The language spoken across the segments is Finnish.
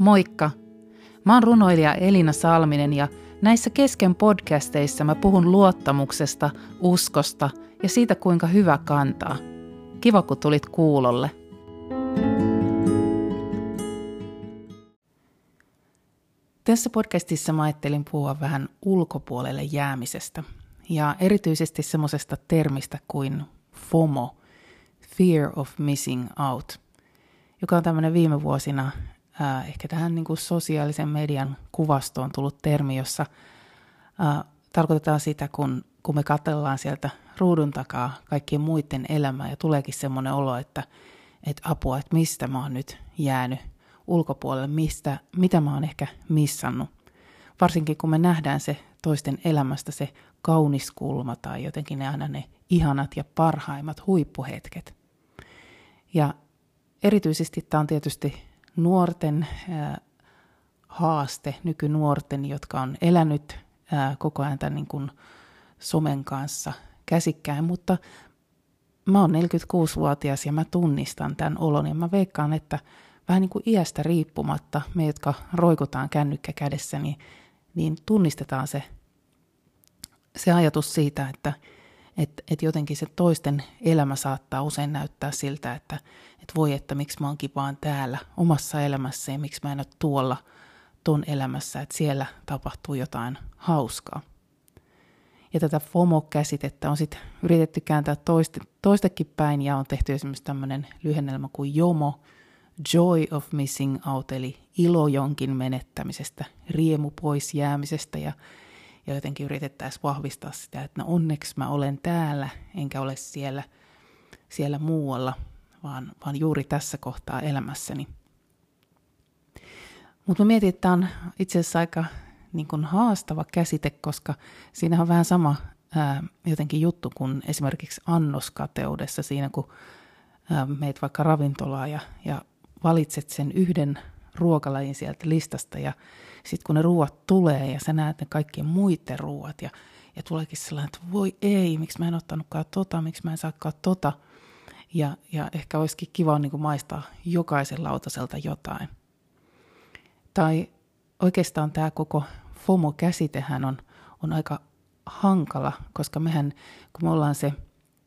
Moikka! Mä oon runoilija Elina Salminen ja näissä kesken podcasteissa mä puhun luottamuksesta, uskosta ja siitä kuinka hyvä kantaa. Kiva kun tulit kuulolle. Tässä podcastissa mä ajattelin puhua vähän ulkopuolelle jäämisestä ja erityisesti semmoisesta termistä kuin FOMO, Fear of Missing Out, joka on tämmöinen viime vuosina ehkä tähän niin kuin sosiaalisen median kuvastoon tullut termi, jossa tarkoitetaan sitä, kun me katsellaan sieltä ruudun takaa kaikkien muiden elämää ja tuleekin semmoinen olo, että apua, että mistä mä oon nyt jäänyt ulkopuolelle, mitä mä oon ehkä missannut. Varsinkin kun me nähdään se toisten elämästä se kaunis kulma tai jotenkin aina ne ihanat ja parhaimmat huippuhetket. Ja erityisesti tämä on tietysti nuorten haaste, nykynuorten, jotka on elänyt koko ajan tämän niin kuin somen kanssa käsikkäin, mutta mä oon 46-vuotias ja mä tunnistan tämän olon ja mä veikkaan, että vähän niin kuin iästä riippumatta me, jotka roikutaan kännykkä kädessä, niin tunnistetaan se ajatus siitä, että jotenkin se toisten elämä saattaa usein näyttää siltä, että voi, että miksi mä oonkin vaan täällä omassa elämässä ja miksi mä en ole tuolla ton elämässä, että siellä tapahtuu jotain hauskaa. Ja tätä FOMO-käsitettä on sitten yritetty kääntää toistekin päin ja on tehty esimerkiksi tämmöinen lyhennelmä kuin JOMO, Joy of Missing Out, eli ilo jonkin menettämisestä, riemu pois jäämisestä ja jotenkin yritettäisiin vahvistaa sitä, että no onneksi mä olen täällä, enkä ole siellä muualla, vaan juuri tässä kohtaa elämässäni. Mutta mä mietin, että tämä on itse asiassa aika niin kuin haastava käsite, koska siinä on vähän sama jotenkin juttu kuin esimerkiksi annoskateudessa siinä, kun meet vaikka ravintolaan ja valitset sen yhden ruokalajin sieltä listasta ja sitten kun ne ruuat tulee ja sä näet ne kaikkien muiden ruuat ja tuleekin sellainen, että voi ei, miksi mä en ottanutkaan miksi mä en saakaan ja ehkä olisikin kiva niin kuin maistaa jokaisen lautaselta jotain. Tai oikeastaan tämä koko FOMO-käsitehän on aika hankala, koska mehän, kun me ollaan se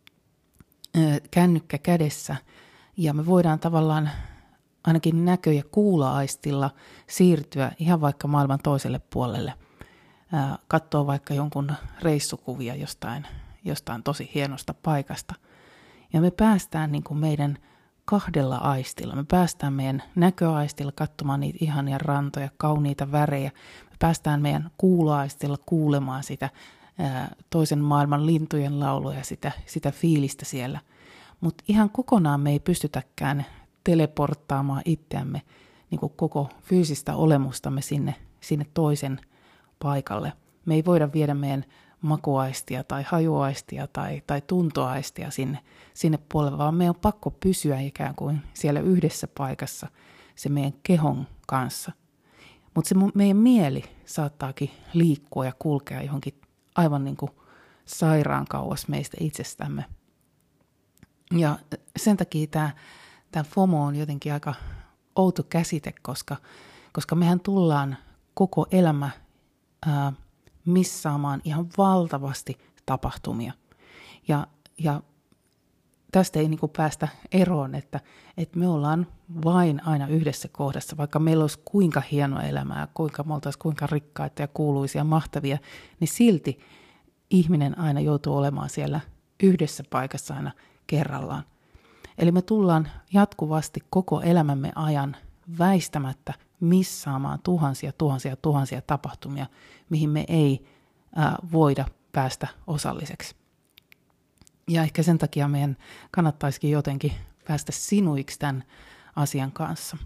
kännykkä kädessä ja me voidaan tavallaan ainakin näkö- ja kuulo-aistilla siirtyä ihan vaikka maailman toiselle puolelle, katsoa vaikka jonkun reissukuvia jostain tosi hienosta paikasta. Ja me päästään niin kuin meidän kahdella aistilla. Me päästään meidän näköaistilla katsomaan niitä ihania rantoja, kauniita värejä. Me päästään meidän kuuloaistilla kuulemaan sitä toisen maailman lintujen laulua ja sitä fiilistä siellä. Mutta ihan kokonaan me ei pystytäkään teleporttaamaan itseämme niin kuin koko fyysistä olemustamme sinne toisen paikalle. Me ei voida viedä meidän makuaistia tai hajuaistia tai tuntoaistia sinne puolelle, vaan meidän on pakko pysyä ikään kuin siellä yhdessä paikassa se meidän kehon kanssa. Mutta se meidän mieli saattaakin liikkua ja kulkea johonkin aivan niin kuin sairaan kauas meistä itsestämme. Ja sen takia tämä FOMO on jotenkin aika outo käsite, koska mehän tullaan koko elämä missaamaan ihan valtavasti tapahtumia. Ja tästä ei niin kuin päästä eroon, että me ollaan vain aina yhdessä kohdassa, vaikka meillä olisi kuinka hienoa elämää, kuinka me oltaisiin kuinka rikkaita ja kuuluisia, mahtavia, niin silti ihminen aina joutuu olemaan siellä yhdessä paikassa aina kerrallaan. Eli me tullaan jatkuvasti koko elämämme ajan väistämättä missaamaan tuhansia tapahtumia, mihin me ei voida päästä osalliseksi. Ja ehkä sen takia meidän kannattaisikin jotenkin päästä sinuiksi tämän asian kanssa.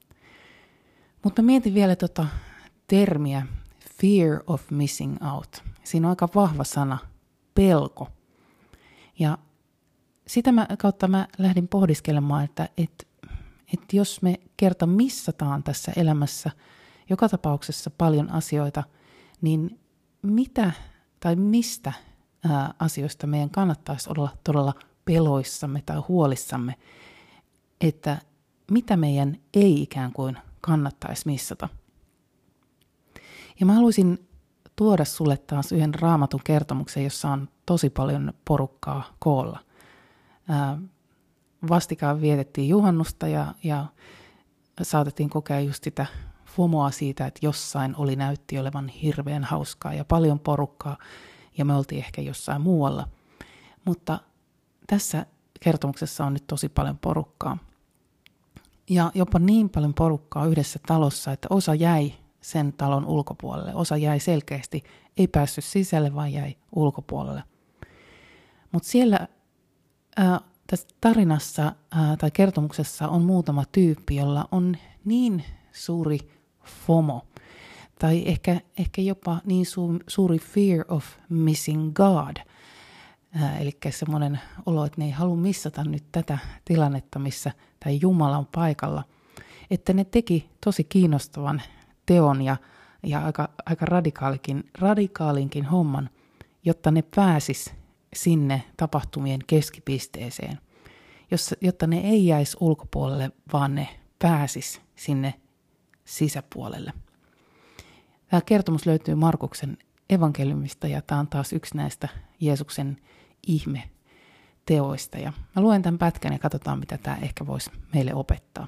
Mutta mietin vielä termiä fear of missing out. Siinä on aika vahva sana, pelko. Ja sitä kautta mä lähdin pohdiskelemaan, että jos me kerta missataan tässä elämässä joka tapauksessa paljon asioita, niin mitä tai mistä asioista meidän kannattaisi olla todella peloissamme tai huolissamme, että mitä meidän ei ikään kuin kannattaisi missata. Ja mä haluaisin tuoda sulle taas yhden Raamatun kertomuksen, jossa on tosi paljon porukkaa koolla. Vastikään vietettiin juhannusta ja saatettiin kokea just sitä FOMOa siitä, että jossain näytti olevan hirveän hauskaa ja paljon porukkaa ja me oltiin ehkä jossain muualla. Mutta tässä kertomuksessa on nyt tosi paljon porukkaa. Ja jopa niin paljon porukkaa yhdessä talossa, että osa jäi sen talon ulkopuolelle. Osa jäi selkeästi, ei päässyt sisälle, vaan jäi ulkopuolelle. Mutta siellä tässä tarinassa tai kertomuksessa on muutama tyyppi, jolla on niin suuri FOMO, tai ehkä jopa niin suuri fear of missing God. Eli semmoinen olo, että ne ei halua missata nyt tätä tilannetta, missä tämä Jumala on paikalla. Että ne teki tosi kiinnostavan teon ja aika radikaalinkin homman, jotta ne pääsis sinne tapahtumien keskipisteeseen. Jotta ne ei jäisi ulkopuolelle, vaan ne pääsis sinne sisäpuolelle. Tämä kertomus löytyy Markuksen evankeliumista ja tämä on taas yksi näistä Jeesuksen ihme-teoista. Ja mä luen tämän pätkän ja katsotaan, mitä tämä ehkä voisi meille opettaa.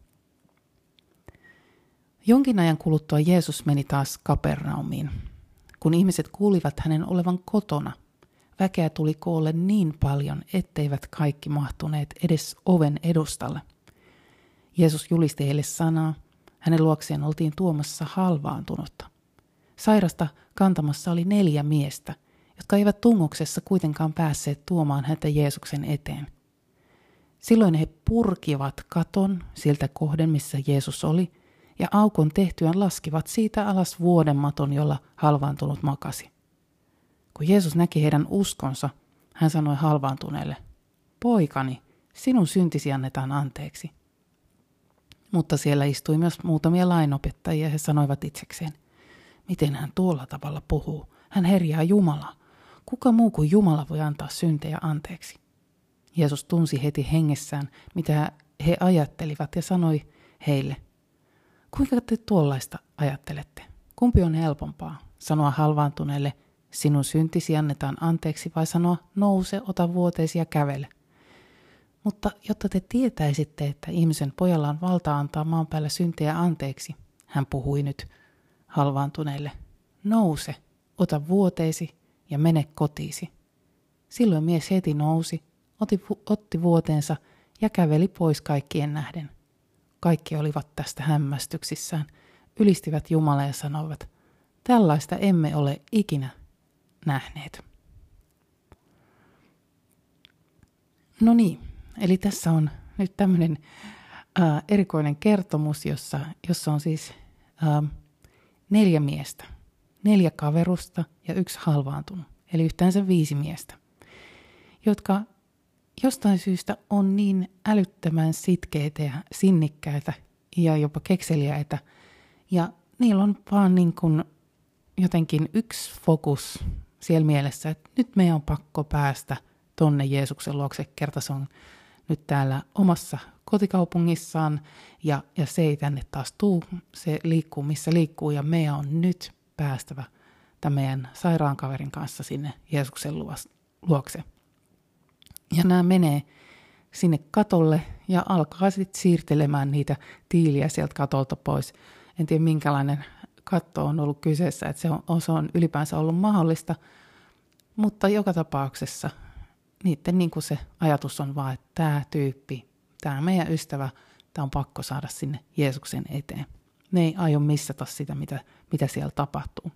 Jonkin ajan kuluttua Jeesus meni taas Kapernaumiin. Kun ihmiset kuulivat hänen olevan kotona, väkeä tuli koolle niin paljon, etteivät kaikki mahtuneet edes oven edustalle. Jeesus julisti heille sanaa. Hänen luokseen oltiin tuomassa halvaantunutta. Sairasta kantamassa oli 4 miestä, jotka eivät tungoksessa kuitenkaan päässeet tuomaan häntä Jeesuksen eteen. Silloin he purkivat katon siltä kohden, missä Jeesus oli, ja aukon tehtyään laskivat siitä alas vuodenmaton, jolla halvaantunut makasi. Kun Jeesus näki heidän uskonsa, hän sanoi halvaantuneelle, poikani, sinun syntisi annetaan anteeksi. Mutta siellä istui myös muutamia lainopettajia ja he sanoivat itsekseen, miten hän tuolla tavalla puhuu, hän herjaa Jumalaa. Kuka muu kuin Jumala voi antaa syntejä anteeksi? Jeesus tunsi heti hengessään, mitä he ajattelivat ja sanoi heille, kuinka te tuollaista ajattelette? Kumpi on helpompaa, sanoa halvaantuneelle, sinun syntisi annetaan anteeksi vai sanoa, nouse, ota vuoteesi ja kävele? Mutta jotta te tietäisitte, että ihmisen pojalla on valta antaa maan päällä syntejä anteeksi, hän puhui nyt halvaantuneelle, nouse, ota vuoteesi ja mene kotiisi. Silloin mies heti nousi, otti vuoteensa ja käveli pois kaikkien nähden. Kaikki olivat tästä hämmästyksissään, ylistivät Jumalaa ja sanoivat, tällaista emme ole ikinä nähneet. No niin, eli tässä on nyt tämmöinen erikoinen kertomus, jossa on siis 4 miestä, 4 kaverusta ja 1 halvaantunut, eli yhteensä 5 miestä, jotka jostain syystä on niin älyttömän sitkeitä ja sinnikkäitä ja jopa kekseliäitä. Ja niillä on vaan niin kuin jotenkin yksi fokus siellä mielessä, että nyt meidän on pakko päästä tonne Jeesuksen luokse, kerta se on nyt täällä omassa kotikaupungissaan ja se ei tänne taas tuu, se liikkuu missä liikkuu ja meidän on nyt päästävä tämän meidän sairaankaverin kanssa sinne Jeesuksen luokse. Ja nämä menee sinne katolle ja alkaa sitten siirtelemään niitä tiiliä sieltä katolta pois. En tiedä minkälainen katto on ollut kyseessä, että se on ylipäänsä ollut mahdollista, mutta joka tapauksessa niiden niin kuin se ajatus on vaan, että tämä tyyppi, tämä meidän ystävä, tämä on pakko saada sinne Jeesuksen eteen. Ne ei aio missata sitä, mitä siellä tapahtuu.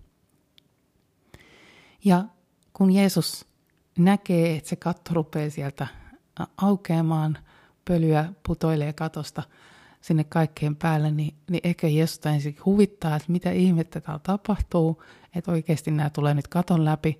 Ja kun Jeesus näkee, että se katto rupeaa sieltä aukeamaan, pölyä putoilee katosta sinne kaikkeen päälle, niin ehkä Jeesusta ensin huvittaa, että mitä ihmettä täällä tapahtuu, että oikeasti nämä tulee nyt katon läpi.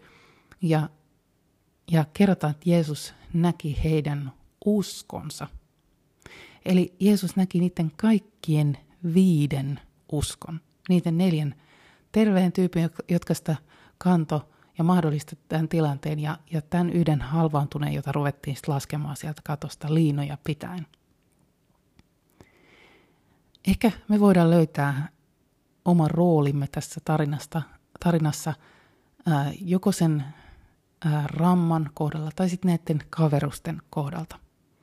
Ja kerrotaan, että Jeesus näki heidän uskonsa. Eli Jeesus näki niiden kaikkien 5 uskon, niiden 4 terveen tyypin, jotka sitä kanto ja mahdollisti tämän tilanteen ja tämän yhden halvaantuneen, jota ruvettiin laskemaan sieltä katosta liinoja pitäen. Ehkä me voidaan löytää oma roolimme tässä tarinassa joko sen ramman kohdalla tai sitten näiden kaverusten kohdalta.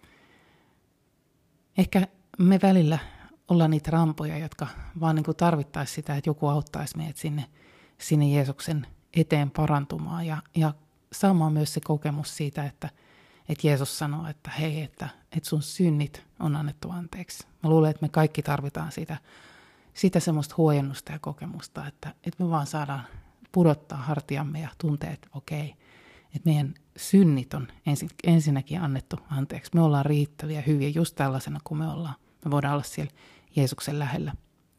Ehkä me välillä ollaan niitä rampoja, jotka vaan niin kuin tarvittaisi sitä, että joku auttaisi meidät sinne Jeesuksen eteen parantumaan ja saamaan myös se kokemus siitä, että Jeesus sanoo, että hei, että sun synnit on annettu anteeksi. Mä luulen, että me kaikki tarvitaan sitä semmoista huojennusta ja kokemusta, että me vaan saadaan pudottaa hartiamme ja tuntea, että okei, että meidän synnit on ensinnäkin annettu anteeksi. Me ollaan riittäviä, hyviä just tällaisena kuin me ollaan. Me voidaan olla siellä Jeesuksen lähellä.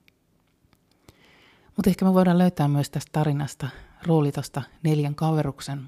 Mutta ehkä me voidaan löytää myös tästä tarinasta rooli tuosta 4 kaveruksen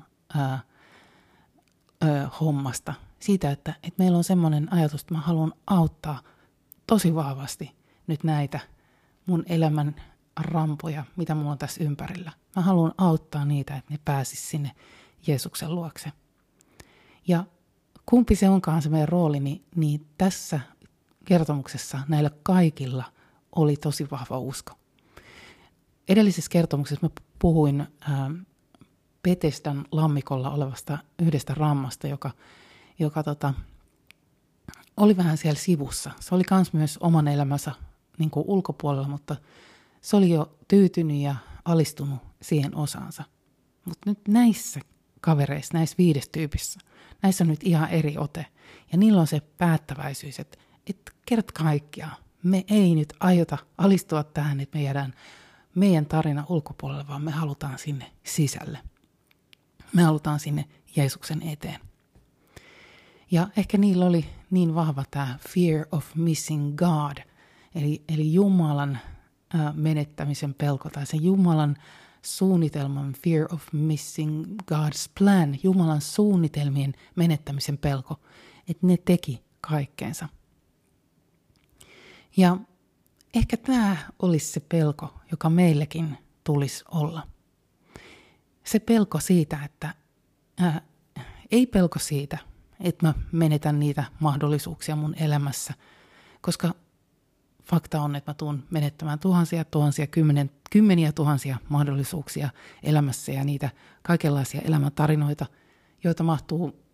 hommasta. Siitä, että meillä on semmoinen ajatus, että mä haluan auttaa tosi vahvasti nyt näitä mun elämän rampoja, mitä mulla on tässä ympärillä. Mä haluan auttaa niitä, että ne pääsis sinne Jeesuksen luokse. Ja kumpi se onkaan se meidän rooli, niin tässä kertomuksessa näillä kaikilla oli tosi vahva usko. Edellisessä kertomuksessa mä puhuin Betesdan lammikolla olevasta yhdestä rammasta, joka oli vähän siellä sivussa. Se oli myös oman elämänsä niin kuin ulkopuolella, mutta se oli jo tyytynyt ja alistunut siihen osaansa. Mutta nyt näissä kavereissa, näissä 5 tyypissä, näissä on nyt ihan eri ote. Ja niillä on se päättäväisyys, että kerta kaikkiaan me ei nyt aiota alistua tähän, että me jäädään meidän tarina ulkopuolelle, vaan me halutaan sinne sisälle. Me halutaan sinne Jeesuksen eteen. Ja ehkä niillä oli niin vahva tämä fear of missing God, eli Jumalan menettämisen pelko, tai se Jumalan suunnitelman fear of missing God's plan, Jumalan suunnitelmien menettämisen pelko, että ne teki kaikkeensa. Ja ehkä tämä olisi se pelko, joka meillekin tulisi olla. Se pelko siitä, että ei pelko siitä, että mä menetän niitä mahdollisuuksia mun elämässä, koska fakta on, että mä tuun menettämään kymmeniä tuhansia mahdollisuuksia elämässä ja niitä kaikenlaisia elämäntarinoita, joita mahtuu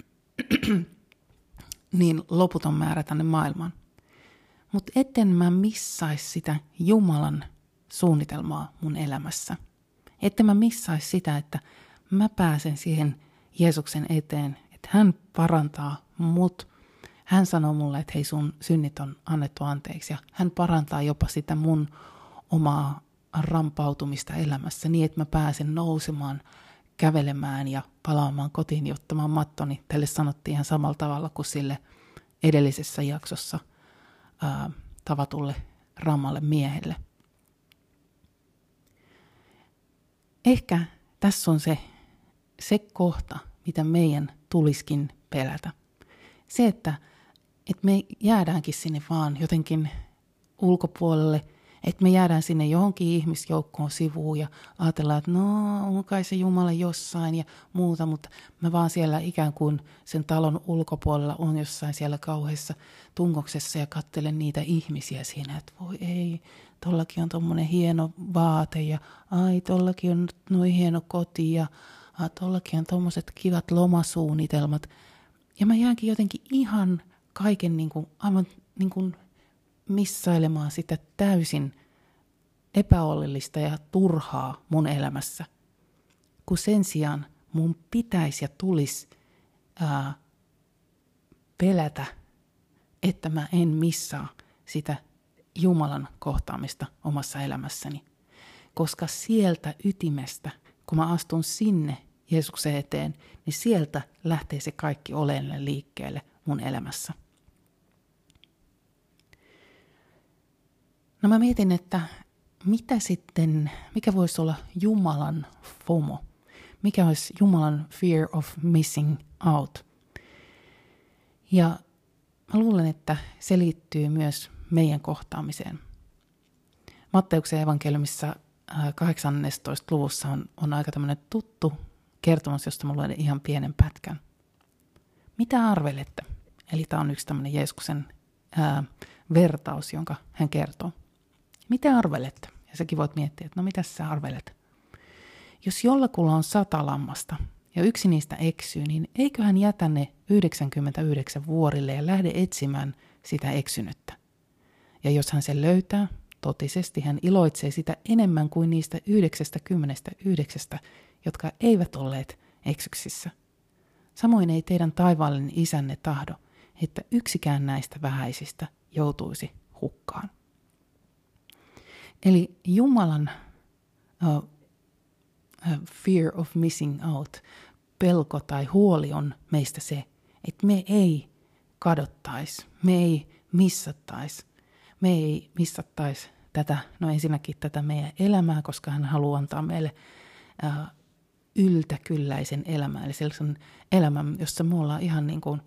niin loputon määrä tänne maailmaan. Mutta etten mä missaisi sitä Jumalan suunnitelmaa mun elämässä. Etten mä missaisi sitä, että mä pääsen siihen Jeesuksen eteen, että hän parantaa mut. Hän sanoo mulle, että hei, sun synnit on annettu anteeksi, ja hän parantaa jopa sitä mun omaa rampautumista elämässä niin, että mä pääsen nousemaan, kävelemään ja palaamaan kotiin ja ottamaan mattoni. Tälle sanottiin ihan samalla tavalla kuin sille edellisessä jaksossa tavatulle rammalle miehelle. Ehkä tässä on se kohta, mitä meidän tulisikin pelätä. Se, että me jäädäänkin sinne vaan jotenkin ulkopuolelle, että me jäädään sinne johonkin ihmisjoukkoon sivuun ja ajatellaan, että no on kai se Jumala jossain ja muuta, mutta mä vaan siellä ikään kuin sen talon ulkopuolella on jossain siellä kauheassa tungoksessa ja katselen niitä ihmisiä siinä, että voi ei, tollakin on tommonen hieno vaate ja ai tollakin on noin hieno koti ja tollakin on tommoset kivat lomasuunnitelmat. Ja mä jäänkin jotenkin ihan kaiken aivan missailemaan sitä täysin epäolellista ja turhaa mun elämässä. Kun sen sijaan mun pitäisi ja tulisi pelätä, että mä en missaa sitä Jumalan kohtaamista omassa elämässäni. Koska sieltä ytimestä, kun mä astun sinne Jeesuksen eteen, niin sieltä lähtee se kaikki oleellinen liikkeelle mun elämässä. No mä mietin, että mikä voisi olla Jumalan FOMO? Mikä olisi Jumalan fear of missing out? Ja mä luulen, että se liittyy myös meidän kohtaamiseen. Matteuksen evankeliumissa 18. luvussa on aika tämmöinen tuttu kertomus, josta mä luen ihan pienen pätkän. Mitä arvelette? Eli tämä on yksi tämmöinen Jeesuksen vertaus, jonka hän kertoo. Mitä arvelet? Ja säkin voit miettiä, että no mitä sä arvelet? Jos jollakulla on 100 lammasta ja yksi niistä eksyy, niin eikö hän jätä ne 99 vuorille ja lähde etsimään sitä eksynyttä? Ja jos hän sen löytää, totisesti hän iloitsee sitä enemmän kuin niistä 99, jotka eivät olleet eksyksissä. Samoin ei teidän taivaallinen isänne tahdo, että yksikään näistä vähäisistä joutuisi hukkaan. Eli Jumalan fear of missing out, pelko tai huoli on meistä se, että me ei kadottaisi, me ei missattaisi tätä, no ensinnäkin tätä meidän elämää, koska hän haluaa antaa meille yltäkylläisen elämän, eli sellaisen elämän, jossa me ollaan ihan niin kuin,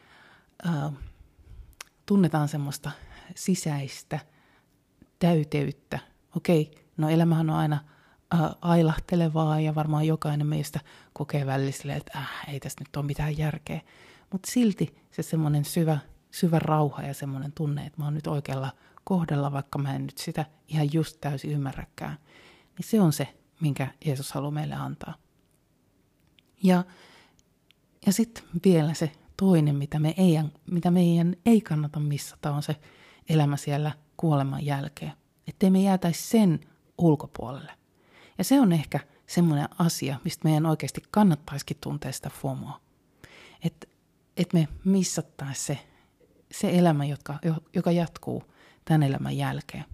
tunnetaan semmoista sisäistä täyteyttä. Okei, no elämähän on aina ailahtelevaa ja varmaan jokainen meistä kokee välillä silleen, että ei tässä nyt ole mitään järkeä. Mutta silti se semmoinen syvä rauha ja semmoinen tunne, että mä oon nyt oikealla kohdalla, vaikka mä en nyt sitä ihan just täysin ymmärräkään, niin se on se, minkä Jeesus haluaa meille antaa. Ja sitten vielä se toinen, mitä meidän ei kannata missata, on se elämä siellä kuoleman jälkeen. Ettei me jäätäisi sen ulkopuolelle. Ja se on ehkä semmoinen asia, mistä meidän oikeasti kannattaisikin tuntea sitä FOMOa. Että me missattaisiin se elämä, joka jatkuu tämän elämän jälkeen.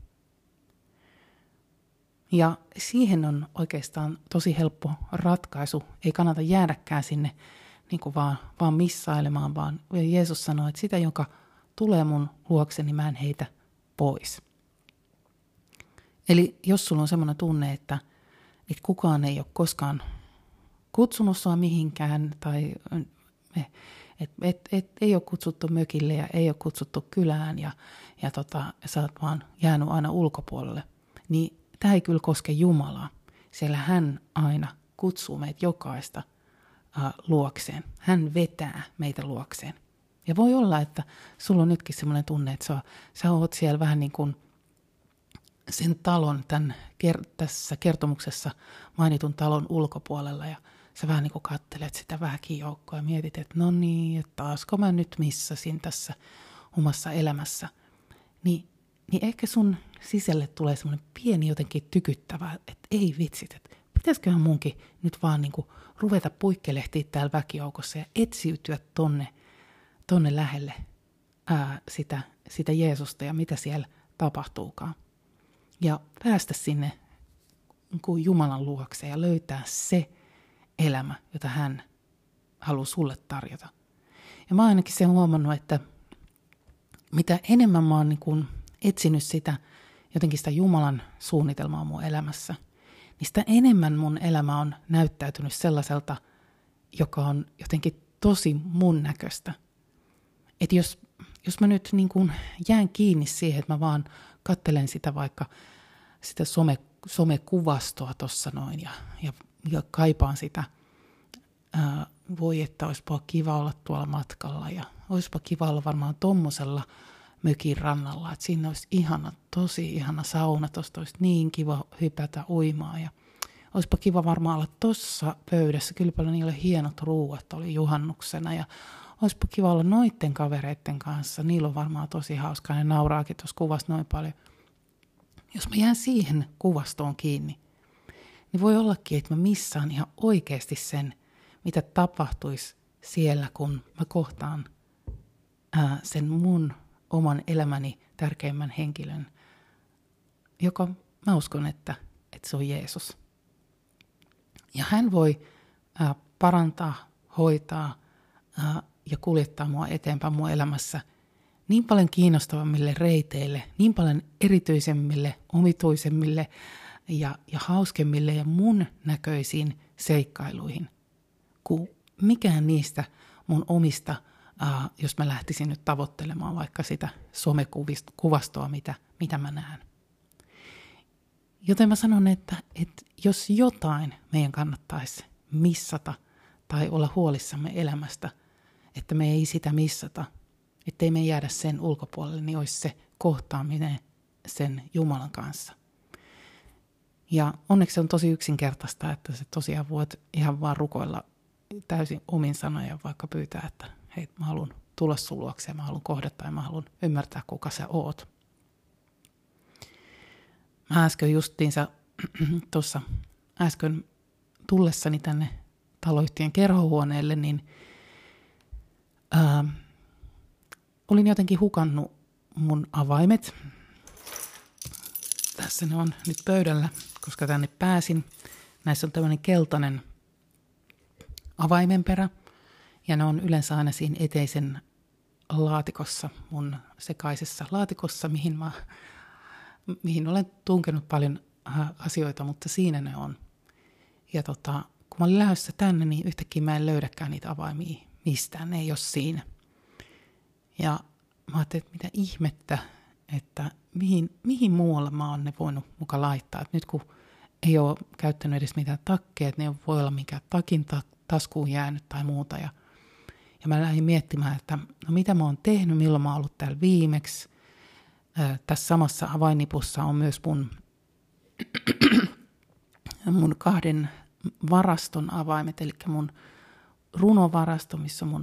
Ja siihen on oikeastaan tosi helppo ratkaisu. Ei kannata jäädäkään sinne niin kuin vaan missailemaan, vaan Jeesus sanoi, että sitä, joka tulee mun luokseni, mä en heitä pois. Eli jos sulla on semmoinen tunne, että kukaan ei ole koskaan kutsunut sua mihinkään, tai ei ole kutsuttu mökille ja ei ole kutsuttu kylään, ja sä oot vaan jäänyt aina ulkopuolelle, niin tämä ei kyllä koske Jumalaa. Siellä hän aina kutsuu meitä jokaista luokseen. Hän vetää meitä luokseen. Ja voi olla, että sulla on nytkin semmoinen tunne, että sä oot siellä vähän niin kuin sen talon, tässä kertomuksessa mainitun talon ulkopuolella, ja sä vähän niin kuin katselet sitä väkijoukkoa ja mietit, että no niin, että taasko mä nyt missasin tässä omassa elämässä. Niin ehkä sun sisälle tulee semmoinen pieni jotenkin tykyttävä, että ei vitsit, että pitäisiköhän munkin nyt vaan niin kuin ruveta puikkelehtiä täällä väkijoukossa ja etsiytyä tonne lähelle sitä Jeesusta ja mitä siellä tapahtuukaan. Ja päästä sinne kuin Jumalan luokse ja löytää se elämä, jota hän haluaa sulle tarjota. Ja mä oon ainakin sen huomannut, että mitä enemmän mä oon niin kuin etsinyt jotenkin sitä Jumalan suunnitelmaa mun elämässä, niin sitä enemmän mun elämä on näyttäytynyt sellaiselta, joka on jotenkin tosi mun näköistä. Että jos mä nyt niin kuin jään kiinni siihen, että mä vaan katselen sitä vaikka sitä somekuvastoa tuossa noin ja kaipaan sitä, voi että olisipa kiva olla tuolla matkalla ja olisipa kiva olla varmaan tommosella mökin rannalla, että siinä olisi tosi ihana sauna, tuosta olisi niin kiva hypätä uimaan ja olisipa kiva varmaan olla tuossa pöydässä, kyllä paljon niillä hienot ruuat oli juhannuksena ja olisipa kiva olla noitten kavereiden kanssa, niillä on varmaan tosi hauskaa, ne nauraakin tuossa kuvassa noin paljon. Jos mä jään siihen kuvastoon kiinni, niin voi ollakin, että mä missaan ihan oikeasti sen, mitä tapahtuisi siellä, kun mä kohtaan sen mun oman elämäni tärkeimmän henkilön, joka mä uskon, että se on Jeesus. Ja hän voi parantaa, hoitaa ja kuljettaa mua eteenpäin mun elämässä niin paljon kiinnostavammille reiteille, niin paljon erityisemmille, omituisemmille ja hauskemmille ja mun näköisiin seikkailuihin, kuin mikään niistä mun omista, jos mä lähtisin nyt tavoittelemaan vaikka sitä somekuvastoa, mitä mä näen. Joten mä sanon, että jos jotain meidän kannattaisi missata tai olla huolissamme elämästä, että me ei sitä missata, ettei me jäädä sen ulkopuolelle, niin olisi se kohtaaminen sen Jumalan kanssa. Ja onneksi se on tosi yksinkertaista, että se tosiaan voit ihan vaan rukoilla täysin omin sanoja, vaikka pyytää, että hei, mä haluan tulla sun luokse ja mä haluan kohdata ja mä haluan ymmärtää, kuka sä oot. Mä äsken justiinsa tuossa äsken tullessani tänne taloyhtiön kerhohuoneelle, niin olin jotenkin hukannut mun avaimet. Tässä ne on nyt pöydällä, koska tänne pääsin. Näissä on tämmöinen keltainen avaimenperä, ja ne on yleensä aina siinä eteisen laatikossa, mun sekaisessa laatikossa, mihin olen tunkenut paljon asioita, mutta siinä ne on. Ja kun mä olin lähdössä tänne, niin yhtäkkiä mä en löydäkään niitä avaimia mistään, ne ei ole siinä. Ja mä ajattelin, että mitä ihmettä, että mihin muualle mä oon ne voinut muka laittaa. Et nyt kun ei ole käyttänyt edes mitään takkeja, että ne voi olla mikään takin taskuun jäänyt tai muuta. Ja mä lähdin miettimään, että no mitä mä oon tehnyt, milloin mä oon ollut täällä viimeksi. Tässä samassa avainnipussa on myös mun 2 varaston avaimet, eli mun runovarasto, missä on mun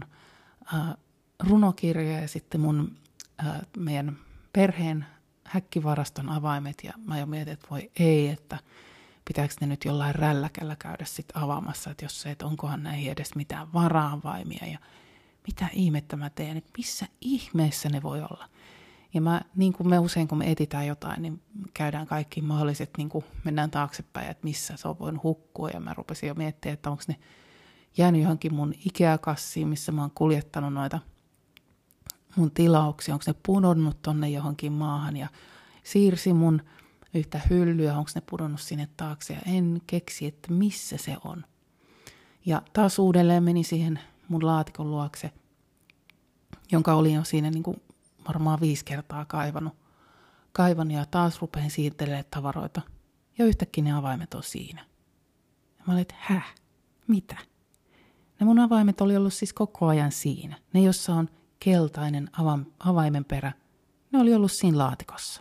runokirja ja sitten mun meidän perheen häkkivaraston avaimet. Ja mä jo mietin, että voi ei, että pitääkö ne nyt jollain rälläkällä käydä sitten avaamassa, että jos se, että onkohan näihin edes mitään varaavaimia ja mitä ihmettä mä teen, että missä ihmeessä ne voi olla. Ja niin kuin me usein, kun me etsitään jotain, niin käydään kaikki mahdolliset, niin kuin mennään taaksepäin, että missä se on voinut hukkua. Ja mä rupesin jo miettimään, että onko ne jäänyt johonkin mun Ikea-kassiin, missä mä oon kuljettanut noita mun tilauksia. Onko ne pudonnut tonne johonkin maahan ja siirsi mun yhtä hyllyä, onko ne pudonnut sinne taakse. Ja en keksi, että missä se on. Ja taas uudelleen meni siihen mun laatikon luokse, jonka olin jo siinä niin kuin varmaan 5 kertaa kaivan ja taas rupein siirtelemään tavaroita. Ja yhtäkkiä ne avaimet on siinä. Ja mä olin, että mitä? Ne mun avaimet oli ollut siis koko ajan siinä. Ne, jossa on keltainen avaimenperä, ne oli ollut siinä laatikossa.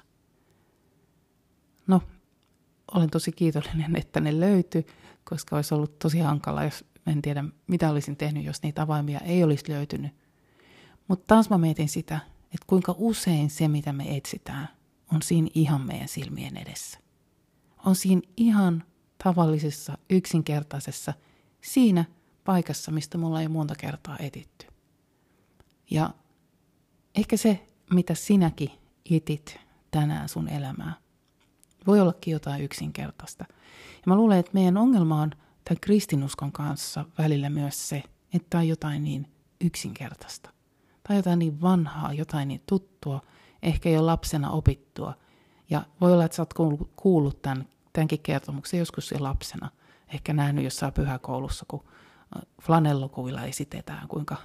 No, olen tosi kiitollinen, että ne löytyi, koska olisi ollut tosi hankala, jos en tiedä mitä olisin tehnyt, jos niitä avaimia ei olisi löytynyt. Mutta taas mä mietin sitä, että kuinka usein se, mitä me etsitään, on siinä ihan meidän silmien edessä. On siinä ihan tavallisessa, yksinkertaisessa, siinä paikassa, mistä mulla ei monta kertaa etitty. Ja ehkä se, mitä sinäkin etit tänään sun elämää, voi ollakin jotain yksinkertaista. Ja mä luulen, että meidän ongelma on tämän kristinuskon kanssa välillä myös se, että on jotain niin yksinkertaista. Tai jotain niin vanhaa, jotain niin tuttua, ehkä jo lapsena opittua. Ja voi olla, että sä oot kuullut tämänkin kertomuksen joskus jo lapsena. Ehkä nähnyt jossain pyhäkoulussa, kun flanellokuvilla esitetään, kuinka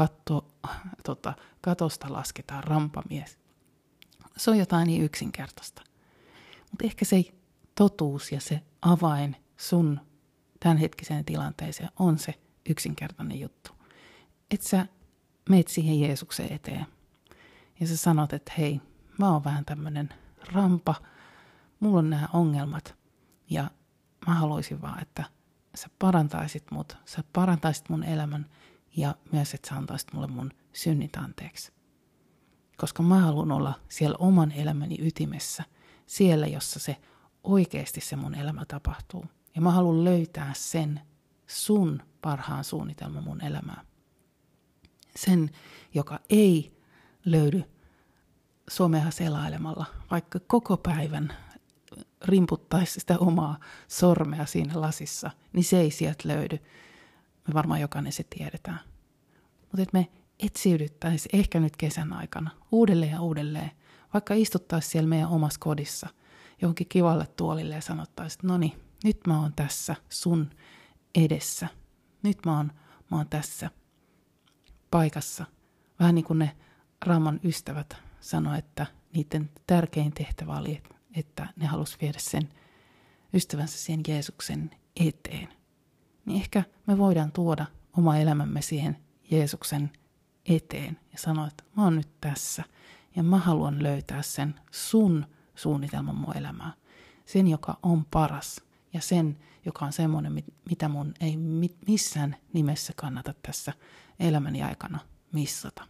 katosta lasketaan rampamies. Se on jotain niin yksinkertaista. Mutta ehkä se totuus ja se avain sun tämänhetkiseen tilanteeseen on se yksinkertainen juttu. Että sä meet siihen Jeesuksen eteen ja sä sanot, että hei, mä oon vähän tämmönen rampa, mulla on nämä ongelmat ja mä haluaisin vaan, että sä parantaisit mun elämän ja myös, että sä antaisit mulle mun synnit anteeksi. Koska mä haluan olla siellä oman elämäni ytimessä, siellä, jossa se oikeasti se mun elämä tapahtuu. Ja mä haluan löytää sen sun parhaan suunnitelman mun elämään. Sen, joka ei löydy somea selailemalla, vaikka koko päivän rimputtaisi sitä omaa sormea siinä lasissa, niin se ei sieltä löydy. Me varmaan jokainen se tiedetään. Mutta että me etsiydyttäisiin ehkä nyt kesän aikana uudelleen ja uudelleen, vaikka istuttaisiin siellä meidän omassa kodissa johonkin kivalle tuolille ja sanottaisiin, että no niin, nyt mä oon tässä sun edessä. Nyt mä oon tässä paikassa. Vähän niin kuin ne Raaman ystävät sanoi, että niiden tärkein tehtävä oli, että ne halusi viedä sen ystävänsä siihen Jeesuksen eteen. Niin ehkä me voidaan tuoda oma elämämme siihen Jeesuksen eteen ja sanoa, että mä oon nyt tässä ja mä haluan löytää sen sun suunnitelman mun elämään. Sen, joka on paras ja sen, joka on semmoinen, mitä mun ei missään nimessä kannata tässä elämäni aikana missata.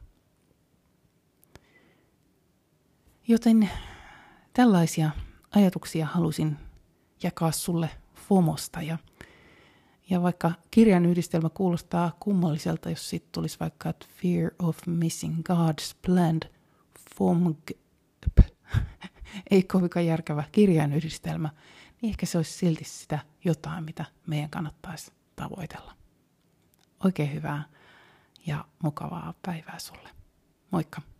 Joten tällaisia ajatuksia halusin jakaa sulle FOMOsta ja vaikka kirjan yhdistelmä kuulostaa kummalliselta, jos siitä tulisi vaikka Fear of Missing God's Plan, ei kovinkaan järkevä kirjan yhdistelmä, niin ehkä se olisi silti sitä jotain, mitä meidän kannattaisi tavoitella. Oikein hyvää ja mukavaa päivää sulle. Moikka!